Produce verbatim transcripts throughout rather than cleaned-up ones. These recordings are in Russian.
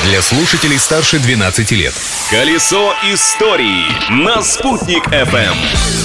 для слушателей старше двенадцати лет. Колесо истории на Спутник эф эм.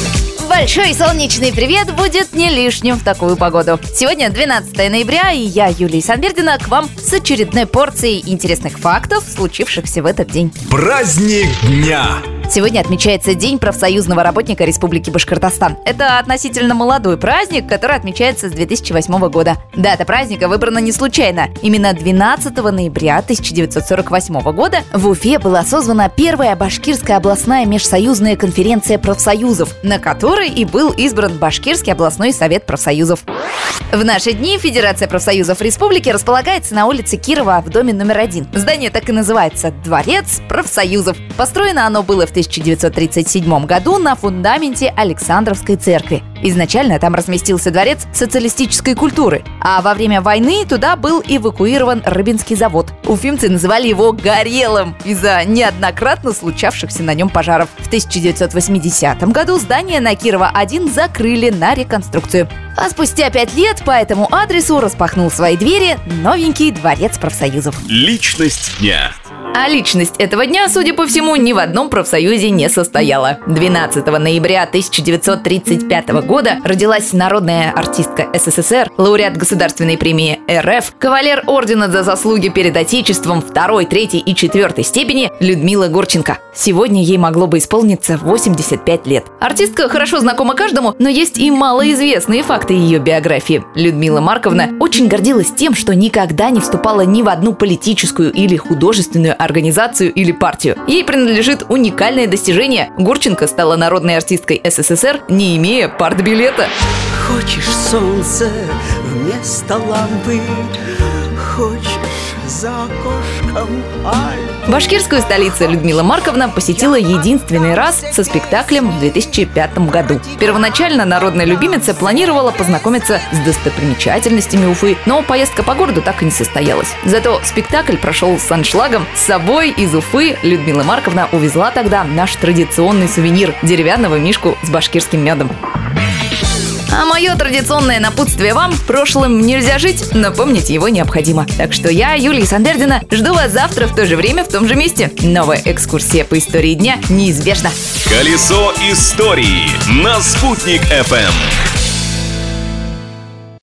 Большой солнечный привет будет не лишним в такую погоду. Сегодня двенадцатое ноября, и я, Юлия Санбердина, к вам с очередной порцией интересных фактов, случившихся в этот день. Праздник дня! Сегодня отмечается День профсоюзного работника Республики Башкортостан. Это относительно молодой праздник, который отмечается с две тысячи восьмого года. Дата праздника выбрана не случайно. Именно двенадцатого ноября тысяча девятьсот сорок восьмого года в Уфе была созвана первая Башкирская областная межсоюзная конференция профсоюзов, на которой и был избран Башкирский областной совет профсоюзов. В наши дни Федерация профсоюзов республики располагается на улице Кирова в доме номер один. Здание так и называется – Дворец профсоюзов. Построено оно было в тысяча девятьсот тридцать седьмом году на фундаменте Александровской церкви. Изначально там разместился дворец социалистической культуры, а во время войны туда был эвакуирован Рыбинский завод. Уфимцы называли его «горелым» из-за неоднократно случавшихся на нем пожаров. В тысяча девятьсот восьмидесятом году здание на Кирова один закрыли на реконструкцию. А спустя пять лет по этому адресу распахнул свои двери новенький Дворец профсоюзов. Личность дня. А личность этого дня, судя по всему, ни в одном профсоюзе не состояла. двенадцатого ноября тысяча девятьсот тридцать пятого года родилась народная артистка эс эс эс эр, лауреат Государственной премии эр эф, кавалер ордена за заслуги перед Отечеством второй, третьей и четвертой степени Людмила Гурченко. Сегодня ей могло бы исполниться восемьдесят пять лет. Артистка хорошо знакома каждому, но есть и малоизвестные факты ее биографии. Людмила Марковна очень гордилась тем, что никогда не вступала ни в одну политическую или художественную организацию или партию. Ей принадлежит уникальное достижение. Гурченко стала народной артисткой эс эс эс эр, не имея партбилета. Хочешь солнце вместо лампы, хочешь за окошком Альпы. Башкирскую столицу Людмила Марковна посетила единственный раз со спектаклем в две тысячи пятом году. Первоначально народная любимица планировала познакомиться с достопримечательностями Уфы, но поездка по городу так и не состоялась. Зато спектакль прошел с аншлагом. С собой из Уфы Людмила Марковна увезла тогда наш традиционный сувенир – деревянного мишку с башкирским медом. А мое традиционное напутствие вам: прошлым нельзя жить, но помнить его необходимо. Так что я, Юлия Санбердина, жду вас завтра в то же время, в том же месте. Новая экскурсия по истории дня неизбежна. Колесо истории на Спутник эф эм.